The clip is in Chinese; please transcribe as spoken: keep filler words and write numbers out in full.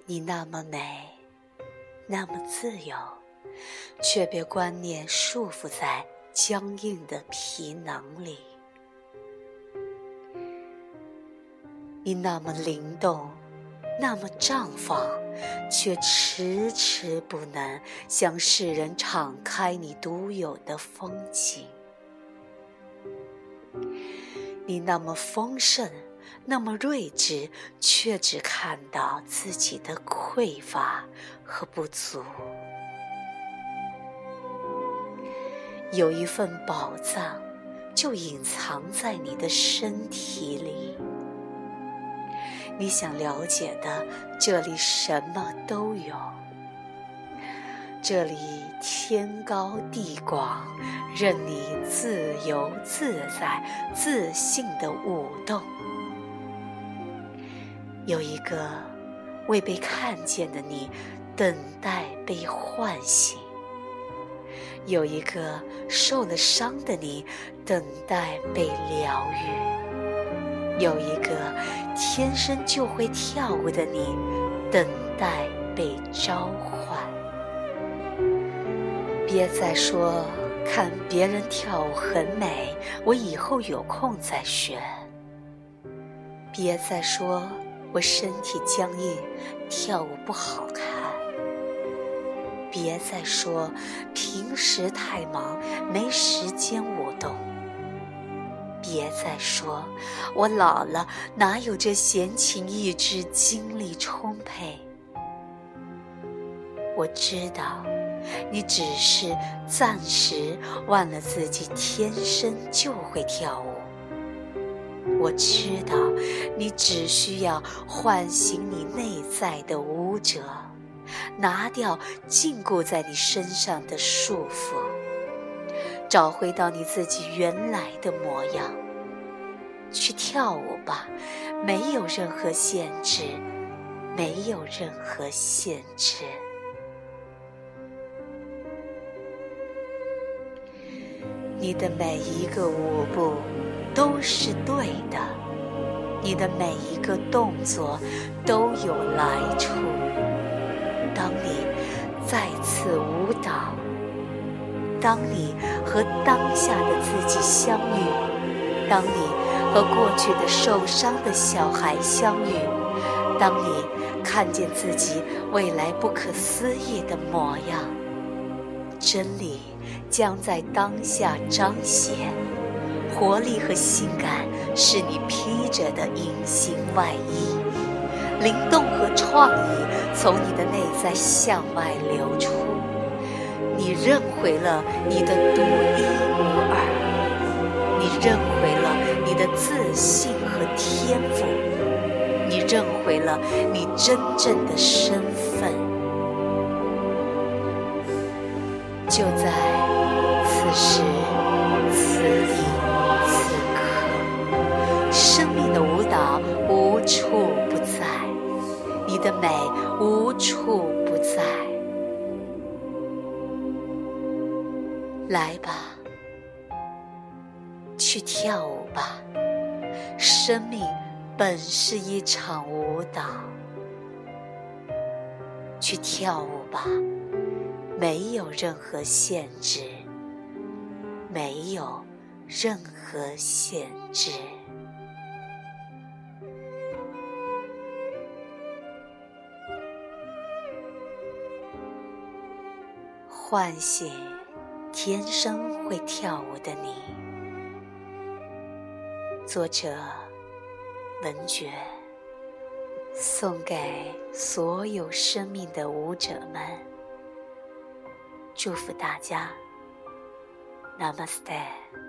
你那么美，那么自由，却被观念束缚在僵硬的皮囊里。你那么灵动，那么绽放，却迟迟不能向世人敞开你独有的风景。你那么丰盛，那么睿智，却只看到自己的匮乏和不足。有一份宝藏就隐藏在你的身体里，你想了解的，这里什么都有。这里天高地广，任你自由自在、自信地舞动。有一个未被看见的你，等待被唤醒；有一个受了伤的你，等待被疗愈；有一个天生就会跳舞的你，等待被召唤。别再说看别人跳舞很美，我以后有空再学。别再说我身体僵硬，跳舞不好看。别再说平时太忙，没时间舞动。别再说我老了，哪有这闲情逸致，精力充沛。我知道你只是暂时忘了自己天生就会跳舞。我知道你只需要唤醒你内在的舞者，拿掉禁锢在你身上的束缚，找回到你自己原来的模样。去跳舞吧，没有任何限制，没有任何限制。你的每一个舞步都是对的，你的每一个动作都有来处。当你再次舞蹈，当你和当下的自己相遇，当你和过去的受伤的小孩相遇，当你看见自己未来不可思议的模样，真理将在当下彰显，活力和性感是你披着的隐形外衣，灵动和创意从你的内在向外流出。你认回了你的独一无二，你认回了你的自信和天赋，你认回了你真正的身份。就在此时此地此刻，生命的舞蹈无处不在，你的美无处不在。来吧，去跳舞吧，生命本是一场舞蹈。去跳舞吧，没有任何限制，没有任何限制。唤醒天生会跳舞的你。作者文觉，送给所有生命的舞者们。祝福大家 Namaste。